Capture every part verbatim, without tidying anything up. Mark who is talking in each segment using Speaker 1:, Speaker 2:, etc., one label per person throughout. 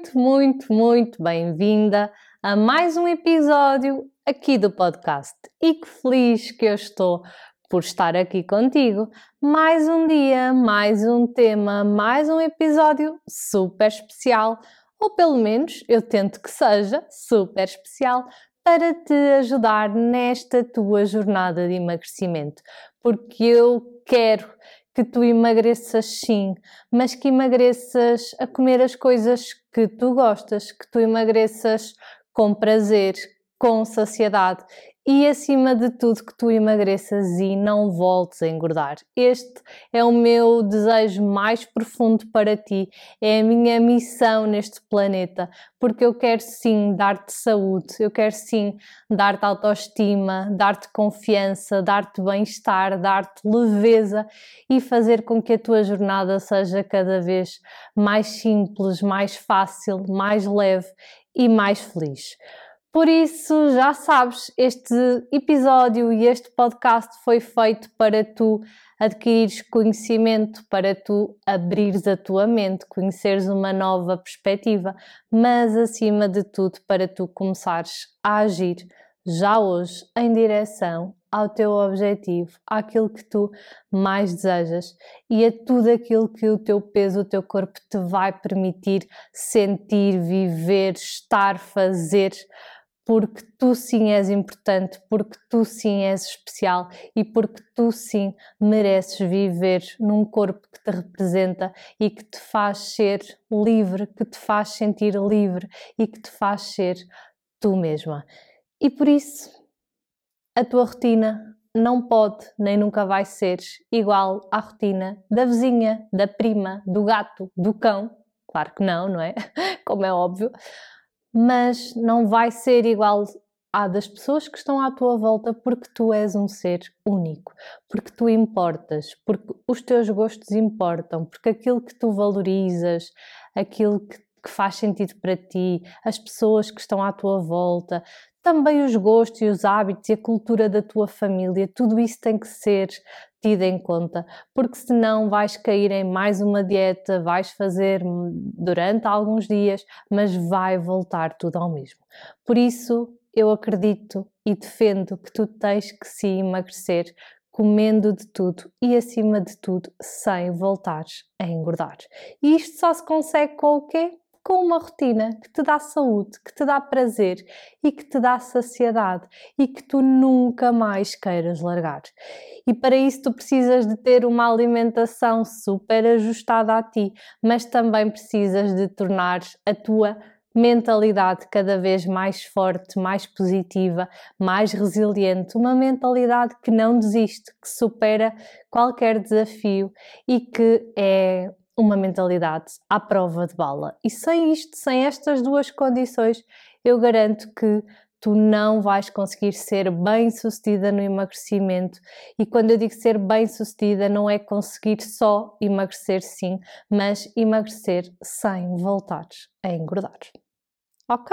Speaker 1: muito, muito, muito bem-vinda a mais um episódio aqui do podcast. E que feliz que eu estou por estar aqui contigo. Mais um dia, mais um tema, mais um episódio super especial, ou pelo menos eu tento que seja super especial, para te ajudar nesta tua jornada de emagrecimento, porque eu quero que tu emagreças sim, mas que emagreças a comer as coisas que tu gostas, que tu emagreças com prazer, com saciedade e, acima de tudo, que tu emagreças e não voltes a engordar. Este é o meu desejo mais profundo para ti, é a minha missão neste planeta, porque eu quero sim dar-te saúde, eu quero sim dar-te autoestima, dar-te confiança, dar-te bem-estar, dar-te leveza e fazer com que a tua jornada seja cada vez mais simples, mais fácil, mais leve e mais feliz. Por isso, já sabes, este episódio e este podcast foi feito para tu adquirires conhecimento, para tu abrires a tua mente, conheceres uma nova perspectiva, mas acima de tudo para tu começares a agir já hoje em direção ao teu objetivo, àquilo que tu mais desejas e a tudo aquilo que o teu peso, o teu corpo te vai permitir sentir, viver, estar, fazer, porque tu sim és importante, porque tu sim és especial e porque tu sim mereces viver num corpo que te representa e que te faz ser livre, que te faz sentir livre e que te faz ser tu mesma. E por isso, a tua rotina não pode nem nunca vai ser igual à rotina da vizinha, da prima, do gato, do cão. Claro que não, não é? Como é óbvio. Mas não vai ser igual à das pessoas que estão à tua volta, porque tu és um ser único, porque tu importas, porque os teus gostos importam, porque aquilo que tu valorizas, aquilo que, que faz sentido para ti, as pessoas que estão à tua volta, também os gostos e os hábitos e a cultura da tua família, tudo isso tem que ser tido em conta, porque senão vais cair em mais uma dieta, vais fazer durante alguns dias, mas vai voltar tudo ao mesmo. Por isso, eu acredito e defendo que tu tens que se emagrecer comendo de tudo e, acima de tudo, sem voltares a engordar. E isto só se consegue com o quê? Com uma rotina que te dá saúde, que te dá prazer e que te dá saciedade e que tu nunca mais queiras largar. E para isso tu precisas de ter uma alimentação super ajustada a ti, mas também precisas de tornar a tua mentalidade cada vez mais forte, mais positiva, mais resiliente, uma mentalidade que não desiste, que supera qualquer desafio e que é uma mentalidade à prova de bala. E sem isto, sem estas duas condições, eu garanto que tu não vais conseguir ser bem-sucedida no emagrecimento. E quando eu digo ser bem-sucedida, não é conseguir só emagrecer sim, mas emagrecer sem voltares a engordar. Ok?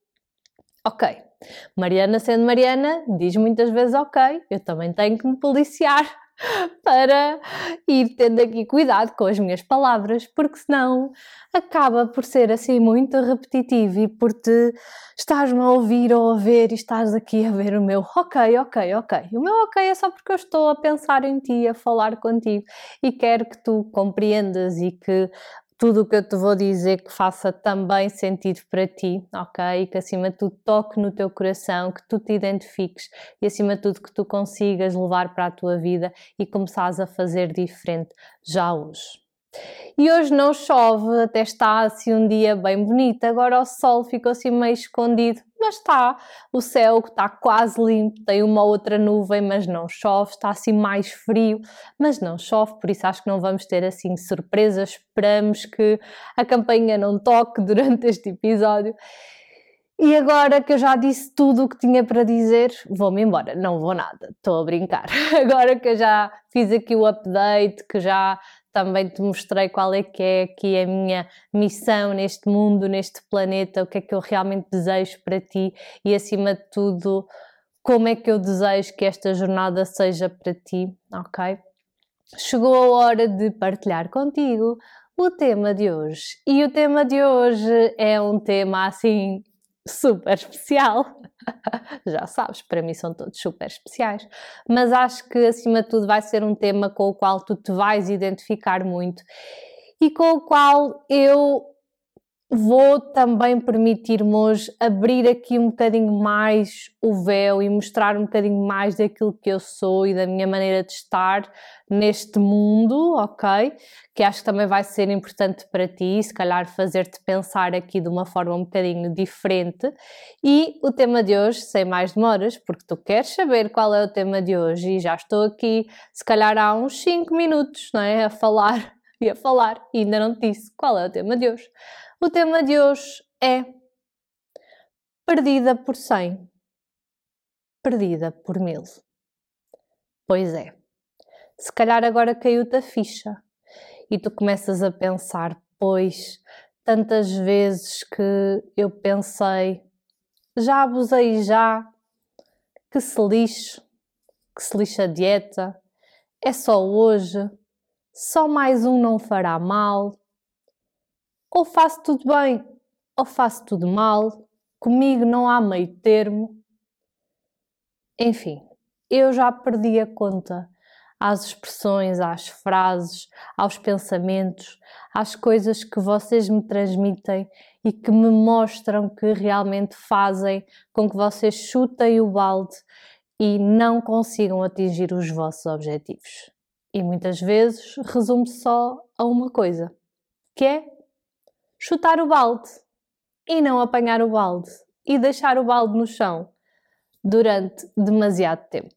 Speaker 1: Ok. Mariana sendo Mariana, diz muitas vezes ok, eu também tenho que me policiar para ir tendo aqui cuidado com as minhas palavras, porque senão acaba por ser assim muito repetitivo e por te estás-me a ouvir ou a ver e estás aqui a ver o meu ok, ok, ok. O meu ok é só porque eu estou a pensar em ti, a falar contigo e quero que tu compreendas e que tudo o que eu te vou dizer que faça também sentido para ti, ok? E que acima de tudo toque no teu coração, que tu te identifiques e acima de tudo que tu consigas levar para a tua vida e começares a fazer diferente já hoje. E hoje não chove, até está assim um dia bem bonito, agora o sol ficou assim meio escondido, mas está, o céu está quase limpo, tem uma outra nuvem, mas não chove, está assim mais frio, mas não chove, por isso acho que não vamos ter assim surpresas, esperamos que a campainha não toque durante este episódio. E agora que eu já disse tudo o que tinha para dizer, vou-me embora. Não vou nada, estou a brincar. Agora que eu já fiz aqui o update, que já também te mostrei qual é que é aqui a minha missão neste mundo, neste planeta, o que é que eu realmente desejo para ti e, acima de tudo, como é que eu desejo que esta jornada seja para ti, ok? Chegou a hora de partilhar contigo o tema de hoje. E o tema de hoje é um tema assim super especial. Já sabes, para mim são todos super especiais, mas acho que acima de tudo vai ser um tema com o qual tu te vais identificar muito e com o qual eu vou também permitir-me hoje abrir aqui um bocadinho mais o véu e mostrar um bocadinho mais daquilo que eu sou e da minha maneira de estar neste mundo, ok? Que acho que também vai ser importante para ti, se calhar fazer-te pensar aqui de uma forma um bocadinho diferente. E o tema de hoje, sem mais demoras, porque tu queres saber qual é o tema de hoje e já estou aqui, se calhar há uns cinco minutos, não é? A falar e a falar e ainda não te disse qual é o tema de hoje. O tema de hoje é perdida por cem, perdida por mil. Pois é, se calhar agora caiu-te a ficha e tu começas a pensar, pois, tantas vezes que eu pensei, já abusei já, que se lixe, que se lixe a dieta, é só hoje, só mais um não fará mal, ou faço tudo bem, ou faço tudo mal, comigo não há meio termo. Enfim, eu já perdi a conta às expressões, às frases, aos pensamentos, às coisas que vocês me transmitem e que me mostram que realmente fazem com que vocês chutem o balde e não consigam atingir os vossos objetivos. E muitas vezes resume só a uma coisa, que é chutar o balde e não apanhar o balde e deixar o balde no chão durante demasiado tempo.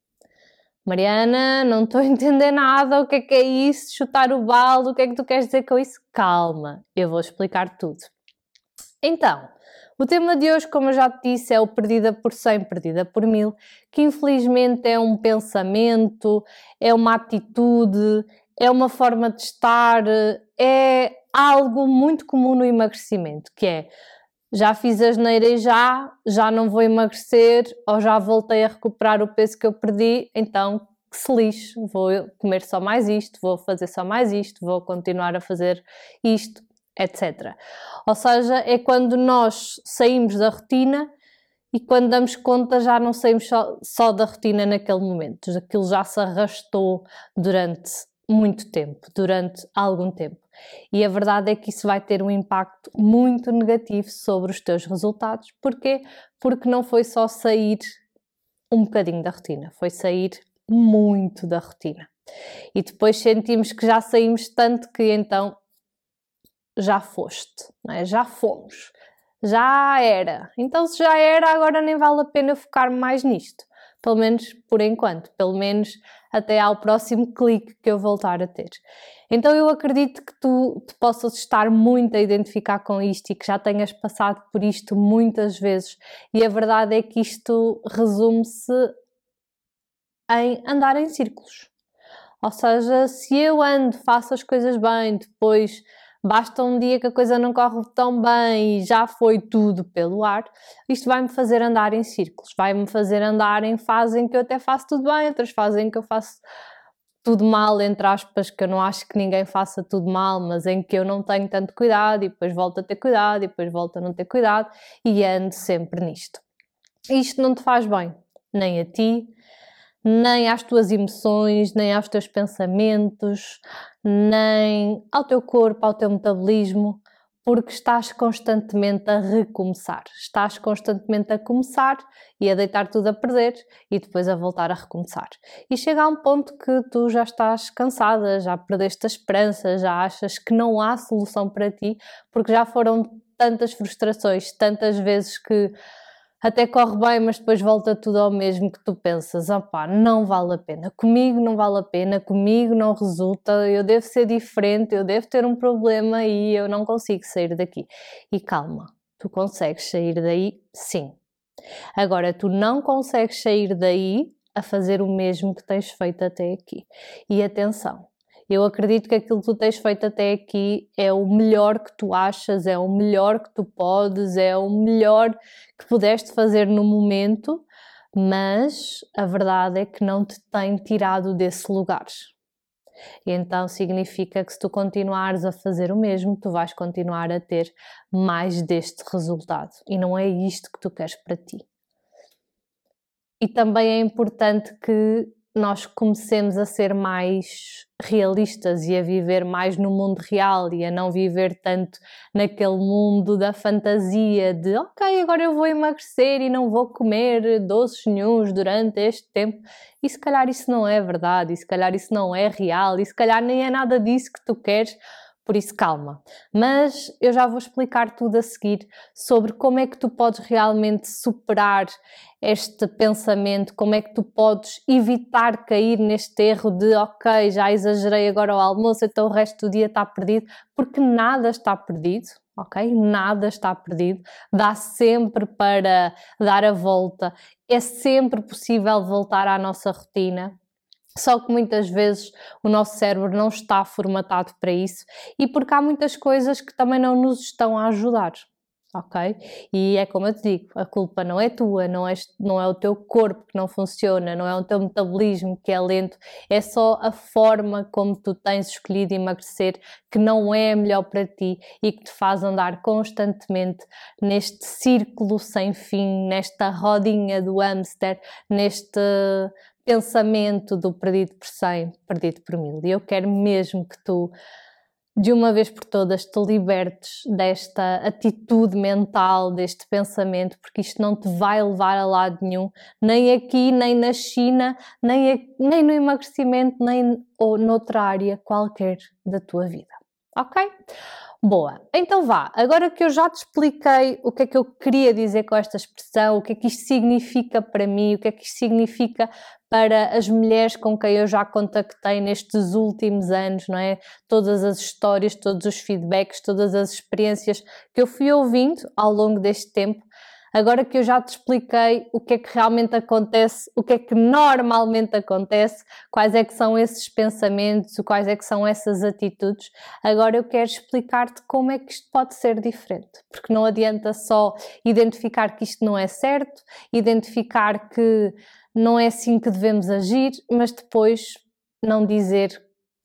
Speaker 1: Mariana, não estou a entender nada, o que é que é isso? Chutar o balde, o que é que tu queres dizer com isso? Calma, eu vou explicar tudo. Então, o tema de hoje, como eu já te disse, é o perdida por cem, perdida por mil, que infelizmente é um pensamento, é uma atitude, é uma forma de estar, é algo muito comum no emagrecimento, que é já fiz asneira e já, já não vou emagrecer ou já voltei a recuperar o peso que eu perdi, então que se lixe, vou comer só mais isto, vou fazer só mais isto, vou continuar a fazer isto, etcétera. Ou seja, é quando nós saímos da rotina e quando damos conta já não saímos só, só da rotina naquele momento, aquilo já se arrastou durante muito tempo, durante algum tempo. E a verdade é que isso vai ter um impacto muito negativo sobre os teus resultados. Porquê? Porque não foi só sair um bocadinho da rotina, foi sair muito da rotina. E depois sentimos que já saímos tanto que então já foste, não é? Já fomos, já era. Então se já era, agora nem vale a pena focar mais nisto. Pelo menos por enquanto, pelo menos até ao próximo clique que eu voltar a ter. Então eu acredito que tu te possas estar muito a identificar com isto e que já tenhas passado por isto muitas vezes e a verdade é que isto resume-se em andar em círculos. Ou seja, se eu ando, faço as coisas bem, depois basta um dia que a coisa não corre tão bem e já foi tudo pelo ar, isto vai-me fazer andar em círculos, vai-me fazer andar em fases em que eu até faço tudo bem, outras fases em que eu faço tudo mal, entre aspas, que eu não acho que ninguém faça tudo mal, mas em que eu não tenho tanto cuidado e depois volto a ter cuidado e depois volto a não ter cuidado e ando sempre nisto. Isto não te faz bem, nem a ti, nem às tuas emoções, nem aos teus pensamentos, nem ao teu corpo, ao teu metabolismo, porque estás constantemente a recomeçar. Estás constantemente a começar e a deitar tudo a perder e depois a voltar a recomeçar. E chega a um ponto que tu já estás cansada, já perdeste a esperança, já achas que não há solução para ti, porque já foram tantas frustrações, tantas vezes que até corre bem, mas depois volta tudo ao mesmo, que tu pensas, opá, não vale a pena, comigo não vale a pena, comigo não resulta, eu devo ser diferente, eu devo ter um problema e eu não consigo sair daqui. E calma, tu consegues sair daí, sim. Agora, tu não consegues sair daí a fazer o mesmo que tens feito até aqui. E atenção, eu acredito que aquilo que tu tens feito até aqui é o melhor que tu achas, é o melhor que tu podes, é o melhor que pudeste fazer no momento, mas a verdade é que não te tem tirado desse lugar. E então significa que se tu continuares a fazer o mesmo, tu vais continuar a ter mais deste resultado. E não é isto que tu queres para ti. E também é importante que nós comecemos a ser mais realistas e a viver mais no mundo real e a não viver tanto naquele mundo da fantasia de ok, agora eu vou emagrecer e não vou comer doces nenhuns durante este tempo. E se calhar isso não é verdade, e se calhar isso não é real, e se calhar nem é nada disso que tu queres. Por isso, calma. Mas eu já vou explicar tudo a seguir sobre como é que tu podes realmente superar este pensamento, como é que tu podes evitar cair neste erro de ok, já exagerei agora ao almoço, então o resto do dia está perdido, porque nada está perdido, ok? Nada está perdido, dá sempre para dar a volta, é sempre possível voltar à nossa rotina. Só que muitas vezes o nosso cérebro não está formatado para isso e porque há muitas coisas que também não nos estão a ajudar, ok? E é como eu te digo, a culpa não é tua, não é, não é o teu corpo que não funciona, não é o teu metabolismo que é lento, é só a forma como tu tens escolhido emagrecer que não é a melhor para ti e que te faz andar constantemente neste círculo sem fim, nesta rodinha do hamster, neste pensamento do perdido por cem, perdido por mil. E eu quero mesmo que tu, de uma vez por todas, te libertes desta atitude mental, deste pensamento, porque isto não te vai levar a lado nenhum, nem aqui, nem na China, nem, a, nem no emagrecimento, nem ou noutra área qualquer da tua vida. Ok? Boa, então vá, agora que eu já te expliquei o que é que eu queria dizer com esta expressão, o que é que isto significa para mim, o que é que isto significa para as mulheres com quem eu já contactei nestes últimos anos, não é? Todas as histórias, todos os feedbacks, todas as experiências que eu fui ouvindo ao longo deste tempo. Agora que eu já te expliquei o que é que realmente acontece, o que é que normalmente acontece, quais é que são esses pensamentos, quais é que são essas atitudes, agora eu quero explicar-te como é que isto pode ser diferente. Porque não adianta só identificar que isto não é certo, identificar que não é assim que devemos agir, mas depois não dizer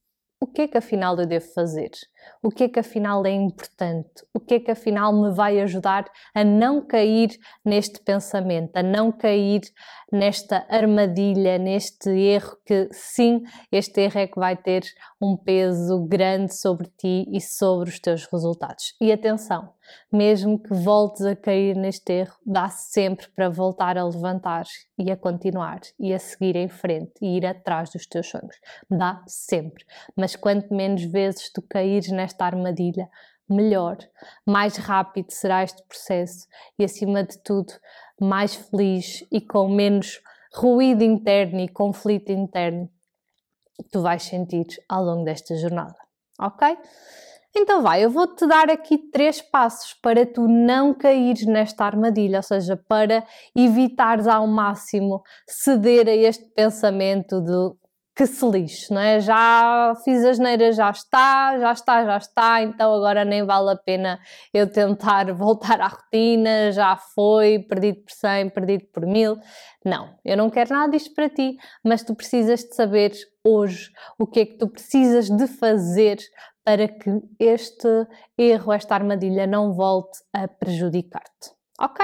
Speaker 1: o que é que afinal eu devo fazer? O que é que afinal é importante? O que é que afinal me vai ajudar a não cair neste pensamento, a não cair nesta armadilha, neste erro que sim, este erro é que vai ter um peso grande sobre ti e sobre os teus resultados. E atenção, mesmo que voltes a cair neste erro, dá sempre para voltar a levantar e a continuar e a seguir em frente e ir atrás dos teus sonhos. Dá sempre. Mas quanto menos vezes tu caíres nesta armadilha, melhor, mais rápido será este processo e, acima de tudo, mais feliz e com menos ruído interno e conflito interno que tu vais sentir ao longo desta jornada, ok? Então vai, eu vou-te dar aqui três passos para tu não caires nesta armadilha, ou seja, para evitares ao máximo ceder a este pensamento de que se lixe, não é? Já fiz a asneira, já está, já está, já está, então agora nem vale a pena eu tentar voltar à rotina, já foi, perdido por cem, perdido por mil. Não, eu não quero nada disto para ti, mas tu precisas de saber hoje o que é que tu precisas de fazer para que este erro, esta armadilha não volte a prejudicar-te, ok?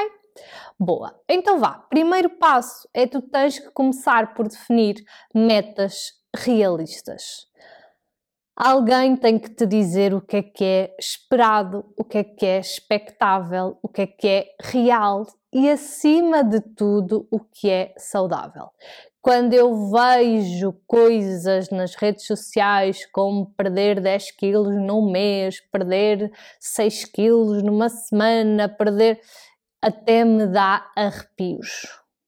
Speaker 1: Boa, então vá, primeiro passo é tu tens que começar por definir metas realistas. Alguém tem que te dizer o que é que é esperado, o que é que é expectável, o que é que é real e, acima de tudo, o que é saudável. Quando eu vejo coisas nas redes sociais como perder dez quilos num mês, perder seis quilos numa semana, perder... até me dá arrepios.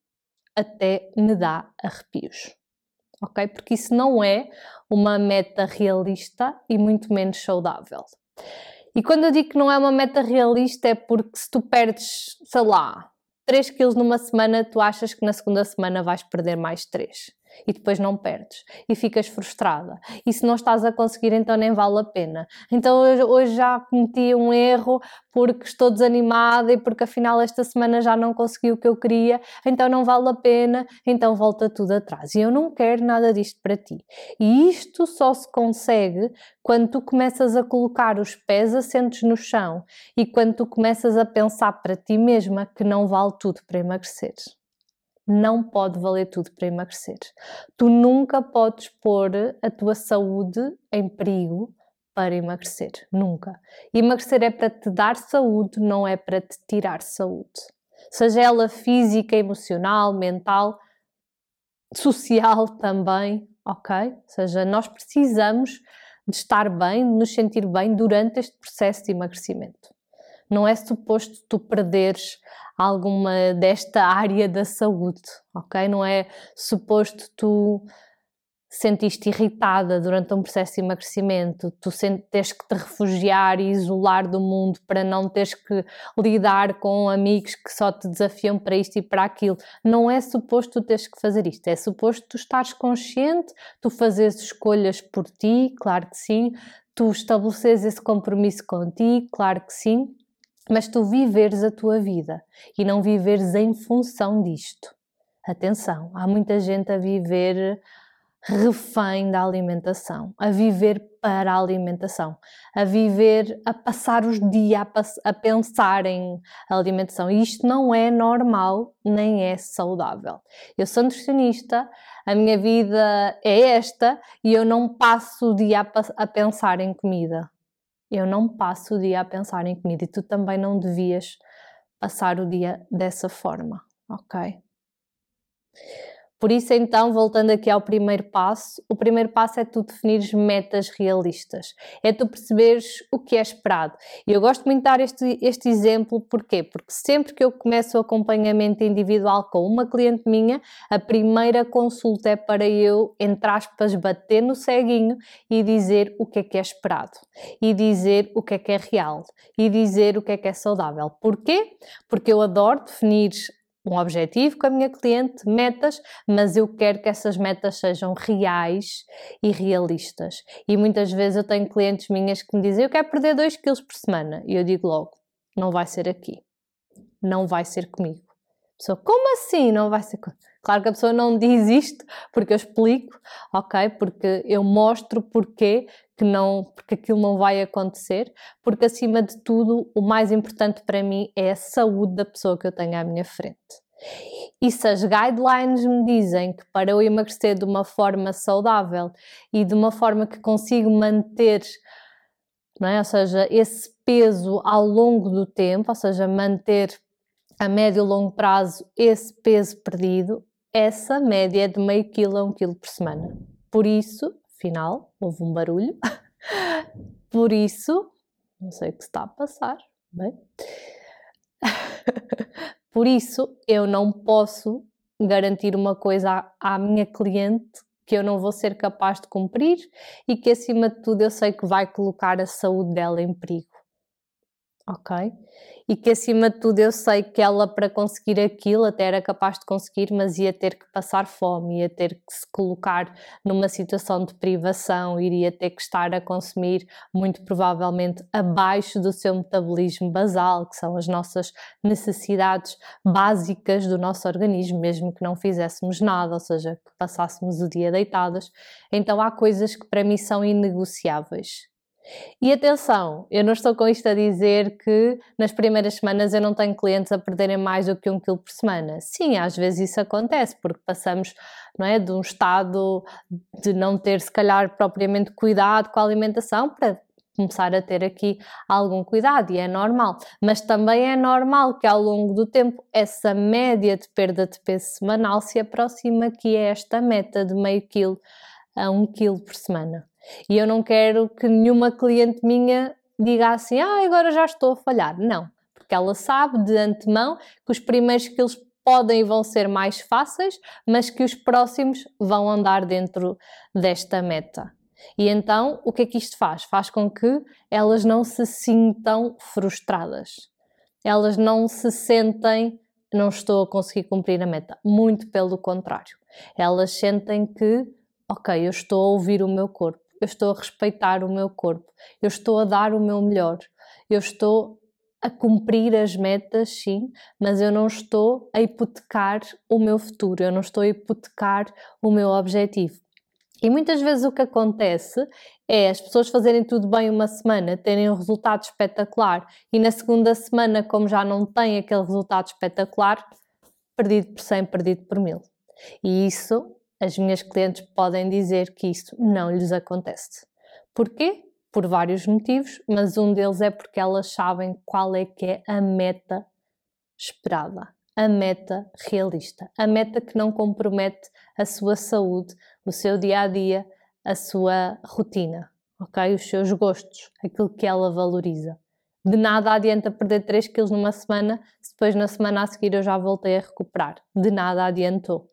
Speaker 1: Até me dá arrepios. Ok? Porque isso não é uma meta realista e muito menos saudável. E quando eu digo que não é uma meta realista é porque se tu perdes, sei lá, três quilos numa semana, tu achas que na segunda semana vais perder mais três. e depois não perdes e ficas frustrada. E se não estás a conseguir, então nem vale a pena. Então hoje, hoje já cometi um erro porque estou desanimada e porque afinal esta semana já não consegui o que eu queria, então não vale a pena, então volta tudo atrás. E eu não quero nada disto para ti. E isto só se consegue quando tu começas a colocar os pés assentes no chão e quando tu começas a pensar para ti mesma que não vale tudo para emagrecer. Não pode valer tudo para emagrecer. Tu nunca podes pôr a tua saúde em perigo para emagrecer. Nunca. Emagrecer é para te dar saúde, não é para te tirar saúde. Seja ela física, emocional, mental, social também, ok? Ou seja, nós precisamos de estar bem, de nos sentir bem durante este processo de emagrecimento. Não é suposto tu perderes alguma desta área da saúde, ok? Não é suposto tu sentiste irritada durante um processo de emagrecimento, tu tens que te refugiar e isolar do mundo para não teres que lidar com amigos que só te desafiam para isto e para aquilo. Não é suposto tu teres que fazer isto, é suposto tu estares consciente, tu fazeres escolhas por ti, claro que sim, tu estabeleceres esse compromisso contigo, claro que sim, mas tu viveres a tua vida e não viveres em função disto. Atenção, há muita gente a viver refém da alimentação, a viver para a alimentação, a viver, a passar os dias a, a pensar em alimentação. E isto não é normal, nem é saudável. Eu sou nutricionista, a minha vida é esta e eu não passo o dia a, a pensar em comida. Eu não passo o dia a pensar em comida e tu também não devias passar o dia dessa forma, ok? Por isso, então, voltando aqui ao primeiro passo, o primeiro passo é tu definires metas realistas, é tu perceberes o que é esperado. E eu gosto muito de dar este, este exemplo, porquê? Porque sempre que eu começo o acompanhamento individual com uma cliente minha, a primeira consulta é para eu, entre aspas, bater no ceguinho e dizer o que é que é esperado, e dizer o que é que é real, e dizer o que é que é saudável. Porquê? Porque eu adoro definir um objetivo com a minha cliente, metas, mas eu quero que essas metas sejam reais e realistas. E muitas vezes eu tenho clientes minhas que me dizem: eu quero perder dois quilos por semana. E eu digo logo: não vai ser aqui. Não vai ser comigo. A pessoa: como assim não vai ser comigo? Claro que a pessoa não diz isto porque eu explico, ok? Porque eu mostro porquê que não, porque aquilo não vai acontecer, porque acima de tudo o mais importante para mim é a saúde da pessoa que eu tenho à minha frente. E se as guidelines me dizem que para eu emagrecer de uma forma saudável e de uma forma que consigo manter, não é? Ou seja, esse peso ao longo do tempo, ou seja, manter a médio e longo prazo esse peso perdido, essa média é de meio quilo a um quilo por semana. Por isso, afinal, houve um barulho, por isso, não sei o que se está a passar, bem, por isso eu não posso garantir uma coisa à, à minha cliente que eu não vou ser capaz de cumprir e que acima de tudo eu sei que vai colocar a saúde dela em perigo. Ok? E que acima de tudo eu sei que ela para conseguir aquilo até era capaz de conseguir, mas ia ter que passar fome, ia ter que se colocar numa situação de privação, iria ter que estar a consumir muito provavelmente abaixo do seu metabolismo basal, que são as nossas necessidades básicas do nosso organismo, mesmo que não fizéssemos nada, ou seja, que passássemos o dia deitadas. Então há coisas que para mim são inegociáveis. E atenção, eu não estou com isto a dizer que nas primeiras semanas eu não tenho clientes a perderem mais do que um quilo por semana. Sim, às vezes isso acontece, porque passamos, não é, de um estado de não ter se calhar propriamente cuidado com a alimentação para começar a ter aqui algum cuidado, e é normal. Mas também é normal que ao longo do tempo essa média de perda de peso semanal se aproxima que é esta meta de meio quilo a um quilo por semana. E eu não quero que nenhuma cliente minha diga assim: ah, agora já estou a falhar. Não, porque ela sabe de antemão que os primeiros quilos podem e vão ser mais fáceis, mas que os próximos vão andar dentro desta meta. E então, o que é que isto faz? Faz com que elas não se sintam frustradas. Elas não se sentem não estou a conseguir cumprir a meta. Muito pelo contrário. Elas sentem que, ok, eu estou a ouvir o meu corpo, eu estou a respeitar o meu corpo, eu estou a dar o meu melhor, eu estou a cumprir as metas, sim, mas eu não estou a hipotecar o meu futuro, eu não estou a hipotecar o meu objetivo. E muitas vezes o que acontece é as pessoas fazerem tudo bem uma semana, terem um resultado espetacular e na segunda semana, como já não têm aquele resultado espetacular, perdido por cem, perdido por mil. E isso, as minhas clientes podem dizer que isso não lhes acontece. Porquê? Por vários motivos, mas um deles é porque elas sabem qual é que é a meta esperada, a meta realista, a meta que não compromete a sua saúde, o seu dia-a-dia, a sua rotina, ok? Os seus gostos, aquilo que ela valoriza. De nada adianta perder três quilos numa semana, se depois na semana a seguir eu já voltei a recuperar. De nada adiantou.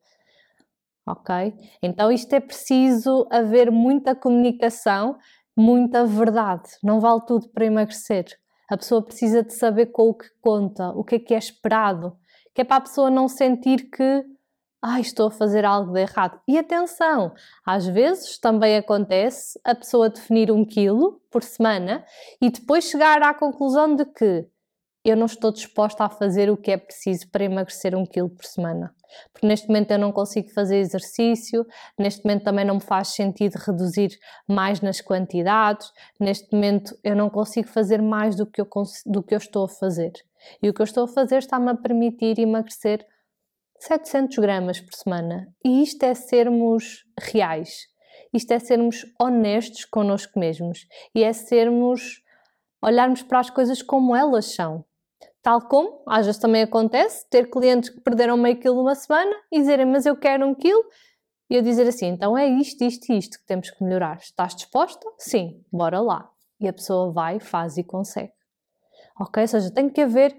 Speaker 1: Ok? Então isto é preciso haver muita comunicação, muita verdade. Não vale tudo para emagrecer. A pessoa precisa de saber com o que conta, o que é que é esperado, que é para a pessoa não sentir que ai, estou a fazer algo de errado. E atenção, às vezes também acontece a pessoa definir um quilo por semana e depois chegar à conclusão de que eu não estou disposta a fazer o que é preciso para emagrecer um quilo por semana. Porque neste momento eu não consigo fazer exercício, neste momento também não me faz sentido reduzir mais nas quantidades, neste momento eu não consigo fazer mais do que eu, do que eu estou a fazer. E o que eu estou a fazer está-me a permitir emagrecer setecentos gramas por semana. E isto é sermos reais. Isto é sermos honestos connosco mesmos. E é sermos, olharmos para as coisas como elas são. Tal como, às vezes também acontece, ter clientes que perderam meio quilo numa semana e dizerem, mas eu quero um quilo. E eu dizer assim, então é isto, isto e isto que temos que melhorar. Estás disposta? Sim, bora lá. E a pessoa vai, faz e consegue. Ok? Ou seja, tem que haver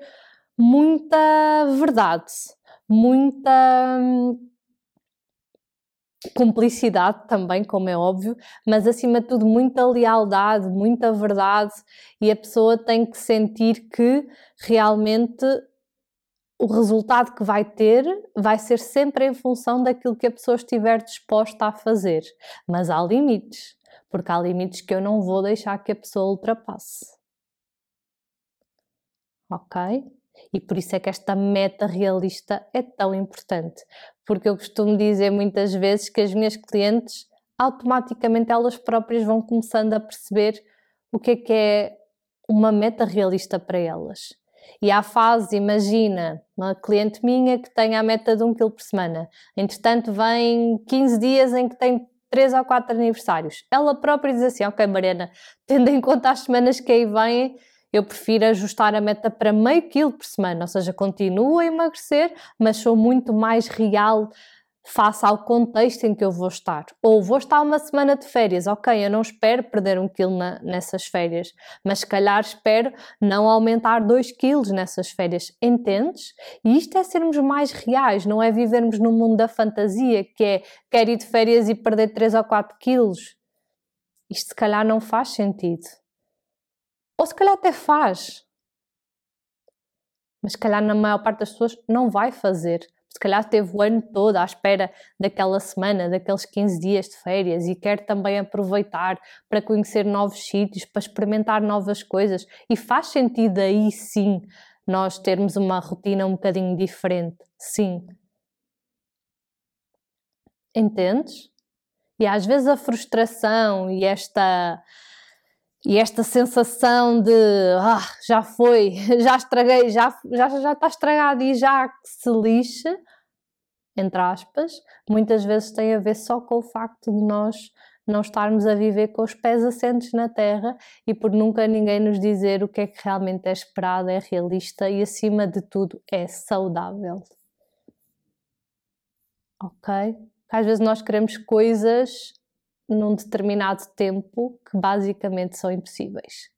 Speaker 1: muita verdade, muita hum, cumplicidade também, como é óbvio, mas acima de tudo muita lealdade, muita verdade, e a pessoa tem que sentir que realmente o resultado que vai ter vai ser sempre em função daquilo que a pessoa estiver disposta a fazer. Mas há limites, porque há limites que eu não vou deixar que a pessoa ultrapasse. Ok? E por isso é que esta meta realista é tão importante, porque eu costumo dizer muitas vezes que as minhas clientes, automaticamente elas próprias vão começando a perceber o que é que é uma meta realista para elas. E há fase, imagina, uma cliente minha que tem a meta de um quilo por semana, entretanto vem quinze dias em que tem três ou quatro aniversários. Ela própria diz assim, ok Mariana, tendo em conta as semanas que aí vêm, eu prefiro ajustar a meta para meio quilo por semana, ou seja, continuo a emagrecer, mas sou muito mais real face ao contexto em que eu vou estar. Ou vou estar uma semana de férias, ok, eu não espero perder um quilo na, nessas férias, mas se calhar espero não aumentar dois quilos nessas férias, entendes? E isto é sermos mais reais, não é vivermos no mundo da fantasia, que é quero ir de férias e perder três ou quatro quilos. Isto se calhar não faz sentido. Ou se calhar até faz, mas se calhar na maior parte das pessoas não vai fazer. Se calhar teve o ano todo à espera daquela semana, daqueles quinze dias de férias e quer também aproveitar para conhecer novos sítios, para experimentar novas coisas. E faz sentido aí sim nós termos uma rotina um bocadinho diferente. Sim. Entendes? E às vezes a frustração e esta... E esta sensação de ah, já foi, já estraguei, já, já, já está estragado e já que se lixe, entre aspas, muitas vezes tem a ver só com o facto de nós não estarmos a viver com os pés assentes na terra e por nunca ninguém nos dizer o que é que realmente é esperado, é realista e acima de tudo é saudável. Ok? Às vezes nós queremos coisas num determinado tempo que basicamente são impossíveis.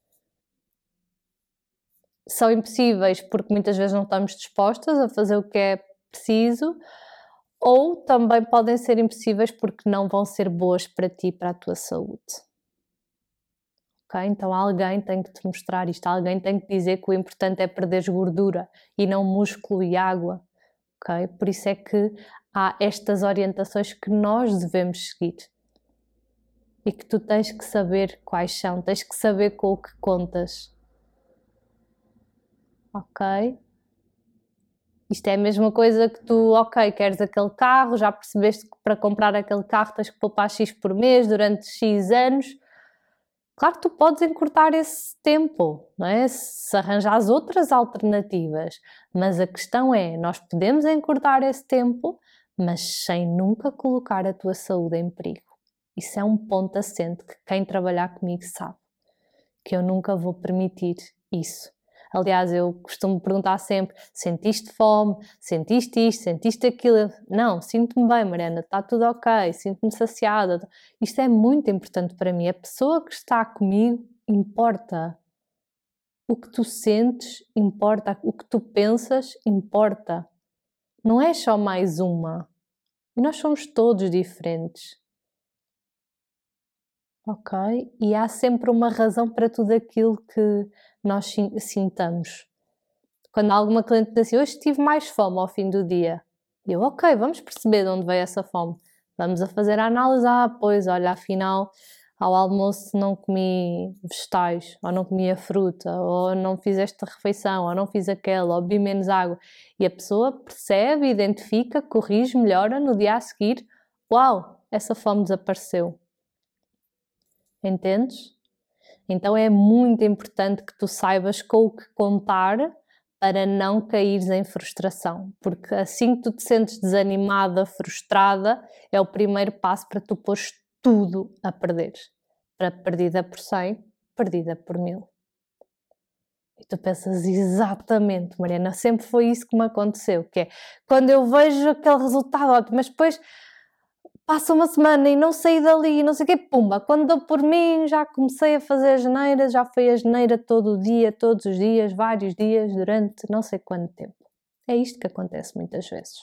Speaker 1: São impossíveis porque muitas vezes não estamos dispostas a fazer o que é preciso, ou também podem ser impossíveis porque não vão ser boas para ti e para a tua saúde. ok? Então alguém tem que te mostrar isto, alguém tem que dizer que o importante é perderes gordura e não músculo e água, ok? Por isso é que há estas orientações que nós devemos seguir e que tu tens que saber quais são, tens que saber com o que contas, ok? Isto é a mesma coisa que tu, ok, queres aquele carro, já percebeste que para comprar aquele carro tens que poupar X por mês durante X anos. Claro que tu podes encurtar esse tempo, não é? Se arranjares outras alternativas, mas a questão é, nós podemos encurtar esse tempo, mas sem nunca colocar a tua saúde em perigo. Isso é um ponto assente que quem trabalhar comigo sabe, que eu nunca vou permitir isso. Aliás, eu costumo perguntar sempre, sentiste fome? Sentiste isto? Sentiste aquilo? Não, sinto-me bem, Mariana, está tudo ok, sinto-me saciada. Isto é muito importante para mim. A pessoa que está comigo importa. O que tu sentes importa, o que tu pensas importa. Não é só mais uma. E nós somos todos diferentes. Ok? E há sempre uma razão para tudo aquilo que nós sintamos. Quando alguma cliente diz assim, hoje tive mais fome ao fim do dia. Eu, ok, vamos perceber de onde veio essa fome. Vamos a fazer a análise. Ah, pois, olha, afinal, ao almoço não comi vegetais, ou não comi a fruta, ou não fiz esta refeição, ou não fiz aquela, ou bebi menos água. E a pessoa percebe, identifica, corrige, melhora, no dia a seguir, uau, essa fome desapareceu. Entendes? Então é muito importante que tu saibas com o que contar para não caires em frustração, porque assim que tu te sentes desanimada, frustrada, é o primeiro passo para tu pôres tudo a perder. Para perdida por cem, perdida por mil. E tu pensas, exatamente, Mariana, sempre foi isso que me aconteceu, que é, quando eu vejo aquele resultado ótimo, mas depois passa uma semana e não saí dali, não sei o quê, pumba, quando dou por mim já comecei a fazer a geneira, já foi a geneira todo o dia, todos os dias, vários dias, durante não sei quanto tempo. É isto que acontece muitas vezes.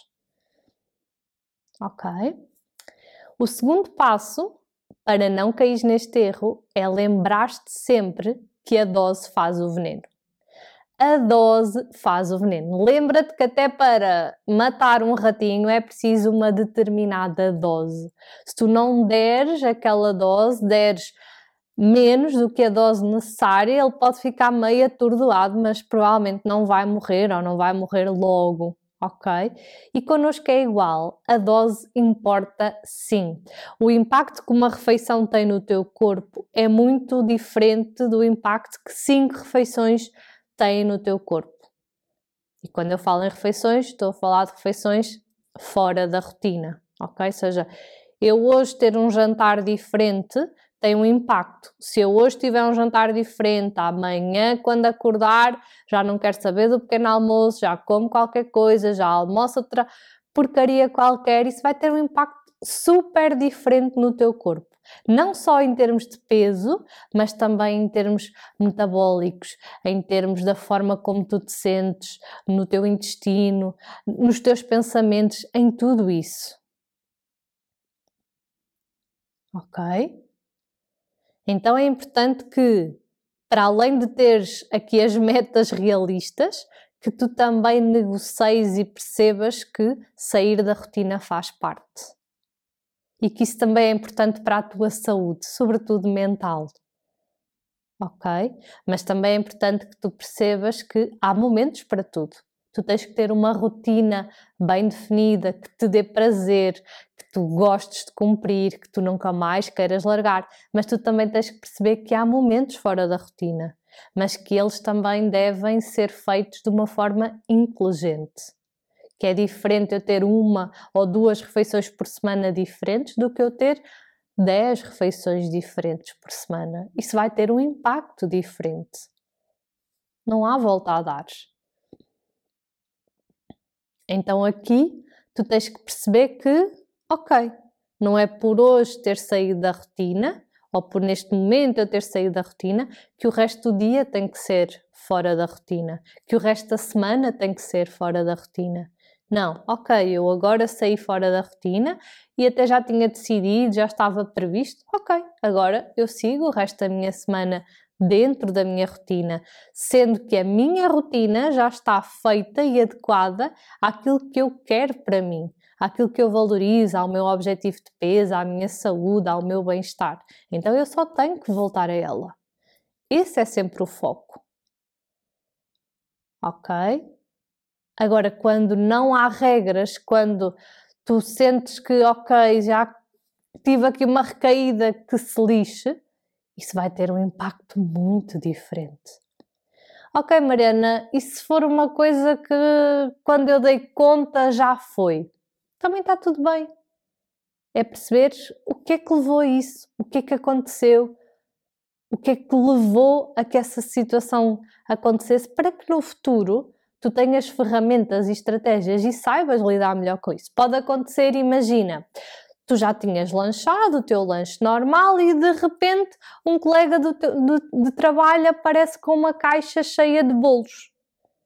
Speaker 1: Ok? O segundo passo, para não cair neste erro, é lembrar-te sempre que a dose faz o veneno. A dose faz o veneno. Lembra-te que até para matar um ratinho é preciso uma determinada dose. Se tu não deres aquela dose, deres menos do que a dose necessária, ele pode ficar meio atordoado, mas provavelmente não vai morrer ou não vai morrer logo, ok? E connosco é igual, a dose importa sim. O impacto que uma refeição tem no teu corpo é muito diferente do impacto que cinco refeições têm no teu corpo. E quando eu falo em refeições, estou a falar de refeições fora da rotina, ok? Ou seja, eu hoje ter um jantar diferente tem um impacto. Se eu hoje tiver um jantar diferente, amanhã quando acordar já não quero saber do pequeno almoço, já como qualquer coisa, já almoço outra porcaria qualquer, isso vai ter um impacto super diferente no teu corpo. Não só em termos de peso, mas também em termos metabólicos, em termos da forma como tu te sentes, no teu intestino, nos teus pensamentos, em tudo isso. Ok? Então é importante que, para além de teres aqui as metas realistas, que tu também negocies e percebas que sair da rotina faz parte. E que isso também é importante para a tua saúde, sobretudo mental. Ok? Mas também é importante que tu percebas que há momentos para tudo. Tu tens que ter uma rotina bem definida, que te dê prazer, que tu gostes de cumprir, que tu nunca mais queiras largar. Mas tu também tens que perceber que há momentos fora da rotina, mas que eles também devem ser feitos de uma forma inteligente. Que é diferente eu ter uma ou duas refeições por semana diferentes do que eu ter dez refeições diferentes por semana. Isso vai ter um impacto diferente. Não há volta a dar. Então aqui tu tens que perceber que, ok, não é por hoje ter saído da rotina, ou por neste momento eu ter saído da rotina, que o resto do dia tem que ser fora da rotina, que o resto da semana tem que ser fora da rotina. Não, ok, eu agora saí fora da rotina e até já tinha decidido, já estava previsto, ok, agora eu sigo o resto da minha semana dentro da minha rotina, sendo que a minha rotina já está feita e adequada àquilo que eu quero para mim, àquilo que eu valorizo, ao meu objetivo de peso, à minha saúde, ao meu bem-estar. Então eu só tenho que voltar a ela. Esse é sempre o foco. Ok? Agora, quando não há regras, quando tu sentes que, ok, já tive aqui uma recaída que se lixe, isso vai ter um impacto muito diferente. Ok, Mariana, e se for uma coisa que quando eu dei conta já foi? Também está tudo bem. É perceber o que é que levou a isso, o que é que aconteceu, o que é que levou a que essa situação acontecesse, para que no futuro tu tenhas ferramentas e estratégias e saibas lidar melhor com isso. Pode acontecer, imagina, tu já tinhas lanchado o teu lanche normal e de repente um colega do teu, de, de trabalho aparece com uma caixa cheia de bolos.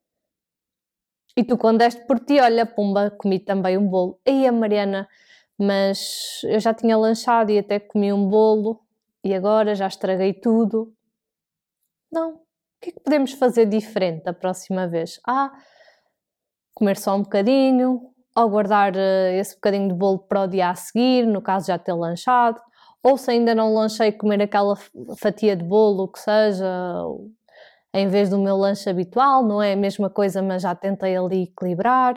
Speaker 1: E tu, quando deste por ti, olha, pumba, comi também um bolo. Aí a Mariana, mas eu já tinha lanchado e até comi um bolo e agora já estraguei tudo. Não. O que é que podemos fazer diferente a próxima vez? Ah, comer só um bocadinho, ou guardar uh, esse bocadinho de bolo para o dia a seguir, no caso já ter lanchado, ou se ainda não lanchei, comer aquela fatia de bolo, o que seja, em vez do meu lanche habitual, não é a mesma coisa, mas já tentei ali equilibrar.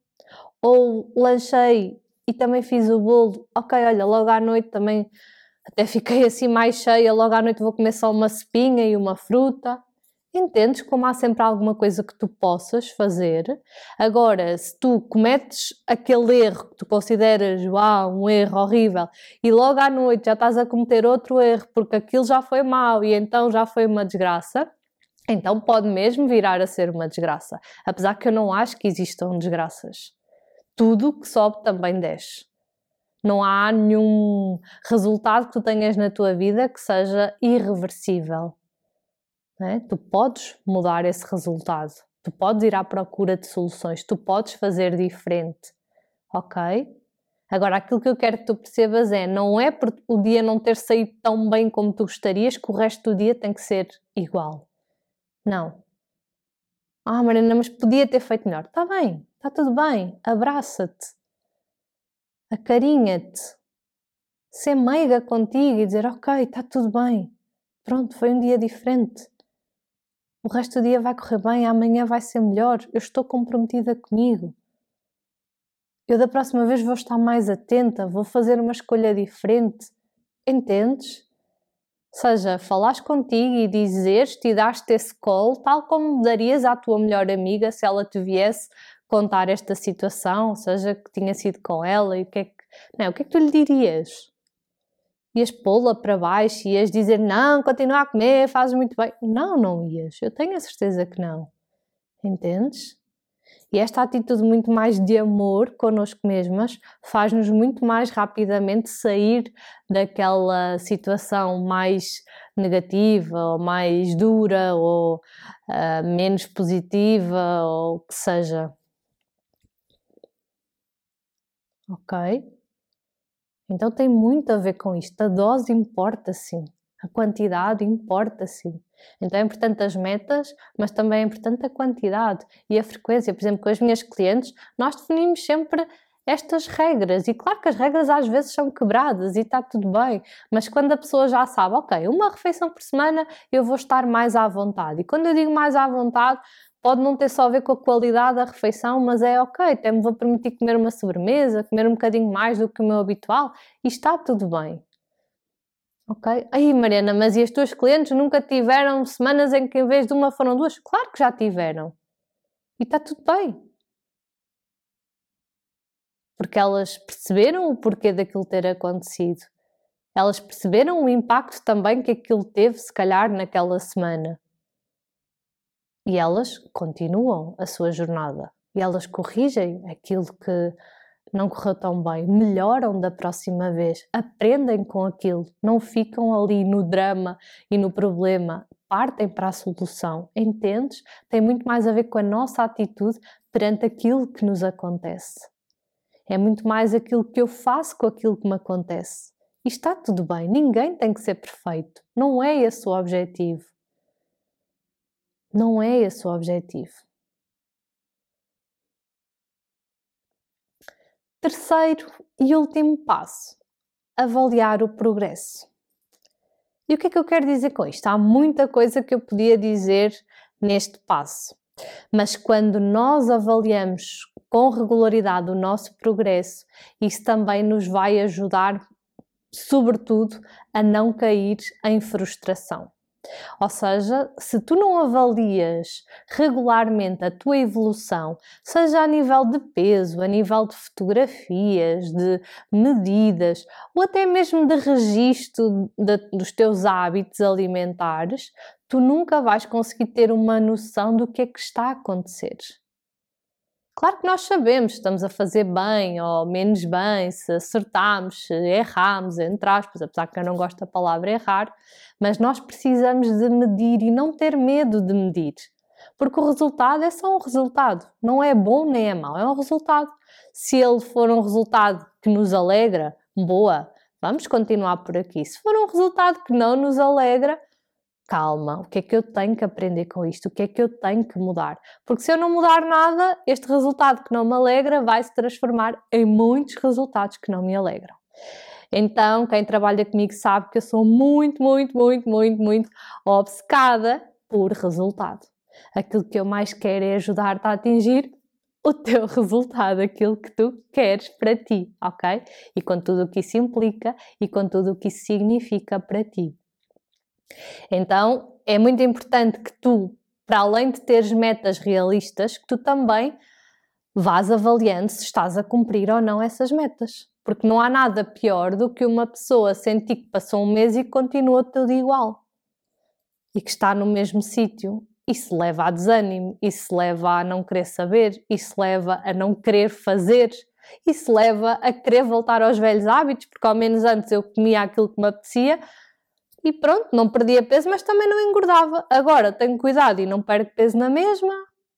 Speaker 1: Ou lanchei e também fiz o bolo, ok, olha, logo à noite também até fiquei assim mais cheia, logo à noite vou comer só uma cepinha e uma fruta. Entendes como há sempre alguma coisa que tu possas fazer? Agora, se tu cometes aquele erro que tu consideras uau, um erro horrível e logo à noite já estás a cometer outro erro porque aquilo já foi mau e então já foi uma desgraça, então pode mesmo virar a ser uma desgraça. Apesar que eu não acho que existam desgraças. Tudo que sobe também desce. Não há nenhum resultado que tu tenhas na tua vida que seja irreversível. Não é? Tu podes mudar esse resultado. Tu podes ir à procura de soluções. Tu podes fazer diferente. Ok? Agora, aquilo que eu quero que tu percebas é, não é por o dia não ter saído tão bem como tu gostarias que o resto do dia tem que ser igual. Não. Ah, Mariana, mas podia ter feito melhor. Está bem, está tudo bem. Abraça-te. Acarinha-te. Ser meiga contigo e dizer, ok, está tudo bem. Pronto, foi um dia diferente. O resto do dia vai correr bem, amanhã vai ser melhor. Eu estou comprometida comigo. Eu da próxima vez vou estar mais atenta, vou fazer uma escolha diferente. Entendes? Ou seja, falares contigo e dizeres-te e dar-te esse call, tal como darias à tua melhor amiga se ela te viesse contar esta situação, ou seja, que tinha sido com ela e o que é que, não, o que é que tu lhe dirias? Ias pô-la para baixo, ias dizer não, continua a comer, fazes muito bem. Não, não ias. Eu tenho a certeza que não. Entendes? E esta atitude muito mais de amor connosco mesmas faz-nos muito mais rapidamente sair daquela situação mais negativa ou mais dura ou uh, menos positiva ou o que seja. Ok? Então tem muito a ver com isto. A dose importa sim. A quantidade importa sim. Então é importante as metas, mas também é importante a quantidade e a frequência. Por exemplo, com as minhas clientes, nós definimos sempre estas regras. E claro que as regras às vezes são quebradas e está tudo bem. Mas quando a pessoa já sabe, ok, uma refeição por semana eu vou estar mais à vontade. E quando eu digo mais à vontade, pode não ter só a ver com a qualidade da refeição, mas é ok, até me vou permitir comer uma sobremesa, comer um bocadinho mais do que o meu habitual e está tudo bem. Ok? Aí Mariana, mas e as tuas clientes nunca tiveram semanas em que em vez de uma foram duas? Claro que já tiveram. E está tudo bem. Porque elas perceberam o porquê daquilo ter acontecido. Elas perceberam o impacto também que aquilo teve, se calhar, naquela semana. E elas continuam a sua jornada. E elas corrigem aquilo que não correu tão bem, melhoram da próxima vez, aprendem com aquilo, não ficam ali no drama e no problema, partem para a solução, entendes? Tem muito mais a ver com a nossa atitude perante aquilo que nos acontece. É muito mais aquilo que eu faço com aquilo que me acontece. E está tudo bem, ninguém tem que ser perfeito. Não é esse o objetivo. Não é esse o objetivo. Terceiro e último passo, avaliar o progresso. E o que é que eu quero dizer com isto? Há muita coisa que eu podia dizer neste passo, mas quando nós avaliamos com regularidade o nosso progresso, isso também nos vai ajudar, sobretudo, a não cair em frustração. Ou seja, se tu não avalias regularmente a tua evolução, seja a nível de peso, a nível de fotografias, de medidas, ou até mesmo de registro de, dos teus hábitos alimentares, tu nunca vais conseguir ter uma noção do que é que está a acontecer. Claro que nós sabemos se estamos a fazer bem ou menos bem, se acertamos, se erramos, entre aspas, apesar que eu não gosto da palavra errar, mas nós precisamos de medir e não ter medo de medir, porque o resultado é só um resultado, não é bom nem é mau, é um resultado. Se ele for um resultado que nos alegra, boa, vamos continuar por aqui. Se for um resultado que não nos alegra, calma, o que é que eu tenho que aprender com isto? O que é que eu tenho que mudar? Porque se eu não mudar nada, este resultado que não me alegra vai se transformar em muitos resultados que não me alegram. Então, quem trabalha comigo sabe que eu sou muito, muito, muito, muito, muito obcecada por resultado. Aquilo que eu mais quero é ajudar-te a atingir o teu resultado, aquilo que tu queres para ti, ok? E com tudo o que isso implica e com tudo o que isso significa para ti. Então, é muito importante que tu, para além de teres metas realistas, que tu também vás avaliando se estás a cumprir ou não essas metas. Porque não há nada pior do que uma pessoa sentir que passou um mês e continua tudo igual. E que está no mesmo sítio. Isso leva a desânimo, isso leva a não querer saber, isso leva a não querer fazer, isso leva a querer voltar aos velhos hábitos, porque ao menos antes eu comia aquilo que me apetecia, e pronto, não perdia peso, mas também não engordava. Agora tenho cuidado e não perco peso na mesma.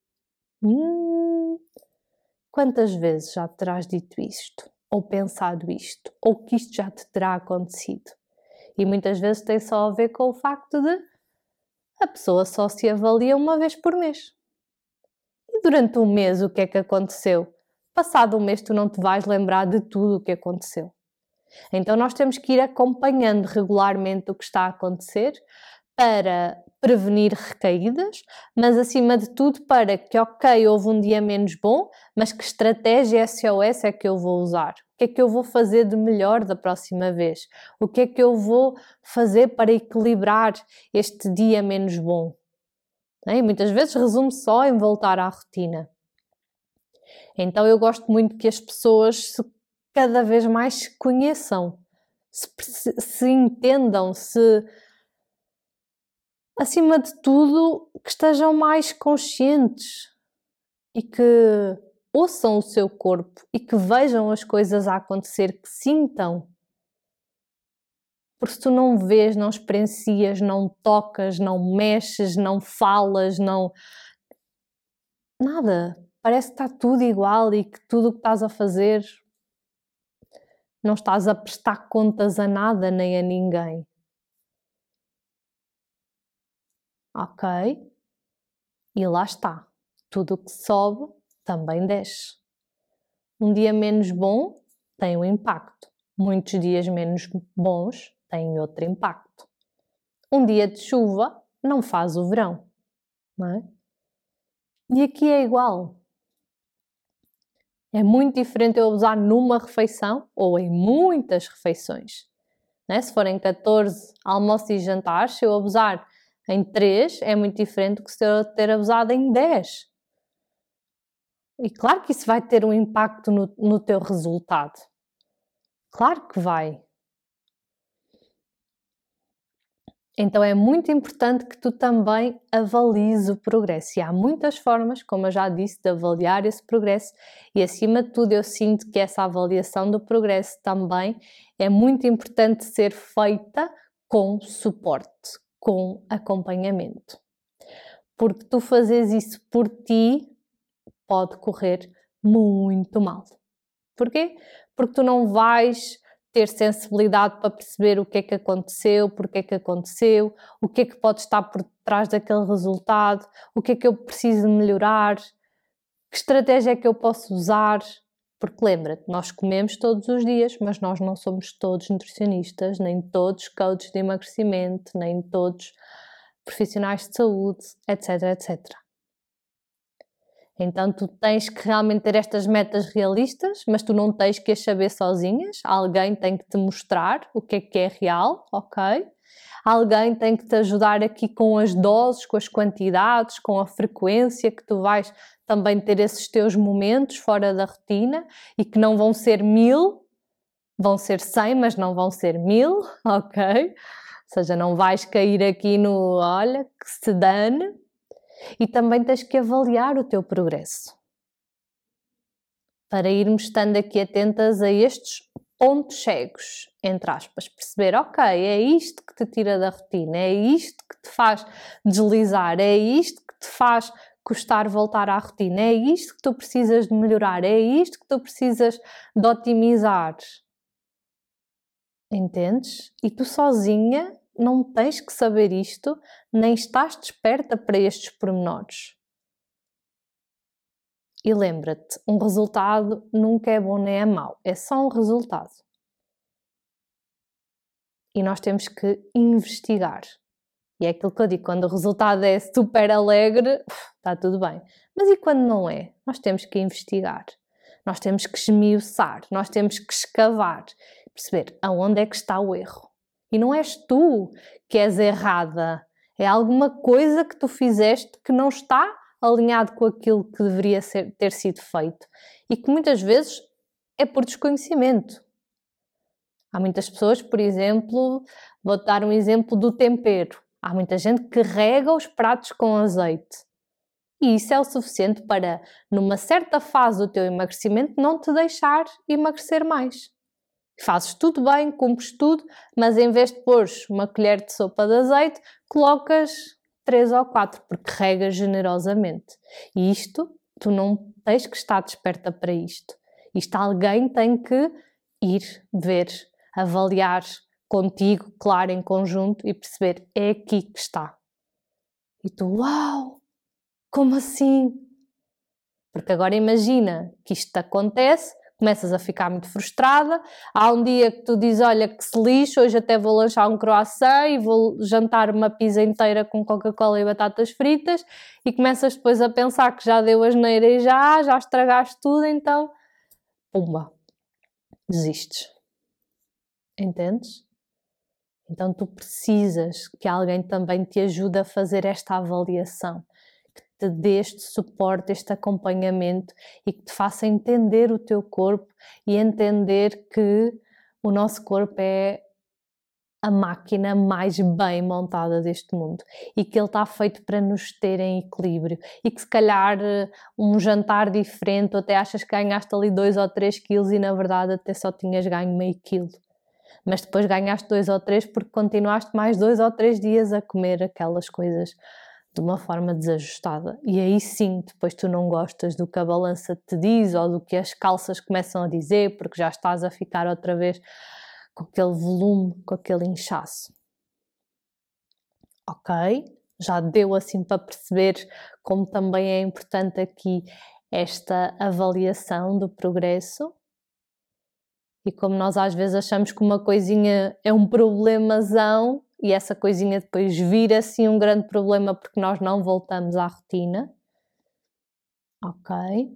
Speaker 1: Hum, quantas vezes já te terás dito isto? Ou pensado isto? Ou que isto já te terá acontecido? E muitas vezes tem só a ver com o facto de a pessoa só se avalia uma vez por mês. E durante um mês o que é que aconteceu? Passado um mês tu não te vais lembrar de tudo o que aconteceu. Então nós temos que ir acompanhando regularmente o que está a acontecer para prevenir recaídas, mas acima de tudo para que, ok, houve um dia menos bom, mas que estratégia S O S é que eu vou usar? O que é que eu vou fazer de melhor da próxima vez? O que é que eu vou fazer para equilibrar este dia menos bom? E muitas vezes resume só em voltar à rotina. Então eu gosto muito que as pessoas se cada vez mais se conheçam, se, se entendam, se, acima de tudo, que estejam mais conscientes e que ouçam o seu corpo e que vejam as coisas a acontecer, que sintam. Porque se tu não vês, não experiencias, não tocas, não mexes, não falas, não... nada. Parece que está tudo igual e que tudo o que estás a fazer... não estás a prestar contas a nada nem a ninguém. Ok? E lá está. Tudo o que sobe também desce. Um dia menos bom tem um impacto. Muitos dias menos bons têm outro impacto. Um dia de chuva não faz o verão. Não é? E aqui é igual. É muito diferente eu usar numa refeição ou em muitas refeições. Né? Se forem catorze almoços e jantares, se eu abusar em três, é muito diferente do que se eu ter abusado em dez. E claro que isso vai ter um impacto no, no teu resultado. Claro que vai. Então é muito importante que tu também avalies o progresso. E há muitas formas, como eu já disse, de avaliar esse progresso. E acima de tudo eu sinto que essa avaliação do progresso também é muito importante ser feita com suporte, com acompanhamento. Porque tu fazes isso por ti pode correr muito mal. Porquê? Porque tu não vais ter sensibilidade para perceber o que é que aconteceu, porque é que aconteceu, o que é que pode estar por trás daquele resultado, o que é que eu preciso melhorar, que estratégia é que eu posso usar. Porque lembra-te, nós comemos todos os dias, mas nós não somos todos nutricionistas, nem todos coaches de emagrecimento, nem todos profissionais de saúde, etc, etcétera. Então tu tens que realmente ter estas metas realistas, mas tu não tens que as saber sozinhas. Alguém tem que te mostrar o que é que é real, ok? Alguém tem que te ajudar aqui com as doses, com as quantidades, com a frequência que tu vais também ter esses teus momentos fora da rotina e que não vão ser mil, vão ser cem, mas não vão ser mil, ok? Ou seja, não vais cair aqui no olha, que se dane. E também tens que avaliar o teu progresso. Para irmos estando aqui atentas a estes pontos cegos, entre aspas, perceber, ok, é isto que te tira da rotina, é isto que te faz deslizar, é isto que te faz custar voltar à rotina, é isto que tu precisas de melhorar, é isto que tu precisas de otimizar. Entendes? E tu sozinha não tens que saber isto, nem estás desperta para estes pormenores. E lembra-te, um resultado nunca é bom nem é mau, é só um resultado. E nós temos que investigar. E é aquilo que eu digo, quando o resultado é super alegre, está tudo bem. Mas e quando não é? Nós temos que investigar. Nós temos que esmiuçar, nós temos que escavar, perceber aonde é que está o erro. E não és tu que és errada, é alguma coisa que tu fizeste que não está alinhado com aquilo que deveria ser, ter sido feito e que muitas vezes é por desconhecimento. Há muitas pessoas, por exemplo, vou-te dar um exemplo do tempero. Há muita gente que rega os pratos com azeite e isso é o suficiente para, numa certa fase do teu emagrecimento, não te deixar emagrecer mais. Fazes tudo bem, cumpres tudo, mas em vez de pôres uma colher de sopa de azeite, colocas três ou quatro, porque regas generosamente. E isto, tu não tens que estar desperta para isto. Isto alguém tem que ir ver, avaliar contigo, claro, em conjunto, e perceber, é aqui que está. E tu, uau, como assim? Porque agora imagina que isto te acontece, começas a ficar muito frustrada, há um dia que tu dizes, olha que se lixe, hoje até vou lanchar um croissant e vou jantar uma pizza inteira com Coca-Cola e batatas fritas e começas depois a pensar que já deu asneira e já, já estragaste tudo, então, pumba, desistes. Entendes? Então tu precisas que alguém também te ajude a fazer esta avaliação, te dê este suporte, este acompanhamento e que te faça entender o teu corpo e entender que o nosso corpo é a máquina mais bem montada deste mundo e que ele está feito para nos ter em equilíbrio e que se calhar um jantar diferente ou até achas que ganhaste ali dois ou três quilos e na verdade até só tinhas ganho meio quilo. Mas depois ganhaste dois ou três porque continuaste mais dois ou três dias a comer aquelas coisas de uma forma desajustada. E aí sim, depois tu não gostas do que a balança te diz ou do que as calças começam a dizer, porque já estás a ficar outra vez com aquele volume, com aquele inchaço. Ok? Já deu assim para perceber como também é importante aqui esta avaliação do progresso. E como nós às vezes achamos que uma coisinha é um problemazão e essa coisinha depois vira assim um grande problema porque nós não voltamos à rotina. Ok.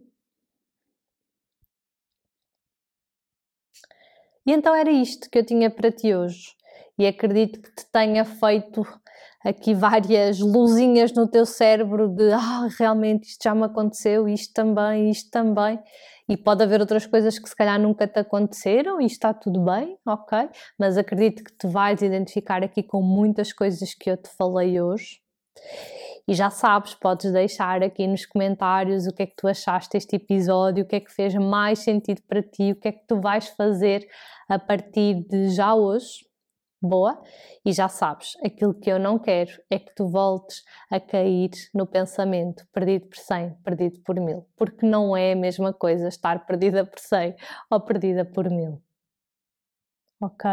Speaker 1: E então era isto que eu tinha para ti hoje. E acredito que te tenha feito aqui várias luzinhas no teu cérebro de ah, realmente isto já me aconteceu, isto também, isto também. E pode haver outras coisas que se calhar nunca te aconteceram e está tudo bem, ok? Mas acredito que te vais identificar aqui com muitas coisas que eu te falei hoje. E já sabes, podes deixar aqui nos comentários o que é que tu achaste deste episódio, o que é que fez mais sentido para ti, o que é que tu vais fazer a partir de já hoje. Boa? E já sabes, aquilo que eu não quero é que tu voltes a cair no pensamento perdido por cem, perdido por mil, porque não é a mesma coisa estar perdida por cem ou perdida por mil. Ok?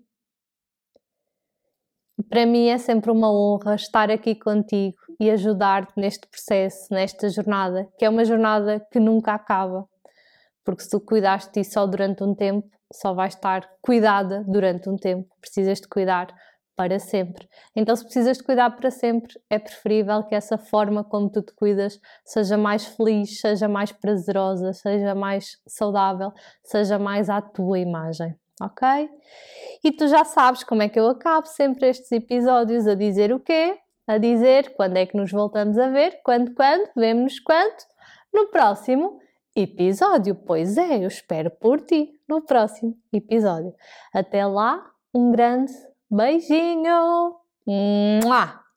Speaker 1: Para mim é sempre uma honra estar aqui contigo e ajudar-te neste processo, nesta jornada, que é uma jornada que nunca acaba. Porque se tu cuidaste de ti só durante um tempo, só vais estar cuidada durante um tempo. Precisas de cuidar para sempre. Então, se precisas de cuidar para sempre, é preferível que essa forma como tu te cuidas seja mais feliz, seja mais prazerosa, seja mais saudável, seja mais à tua imagem, ok? E tu já sabes como é que eu acabo sempre estes episódios a dizer o quê? A dizer quando é que nos voltamos a ver, quando, quando, vemo-nos quando? No próximo episódio. Pois é, eu espero por ti no próximo episódio. Até lá, um grande beijinho! Mua!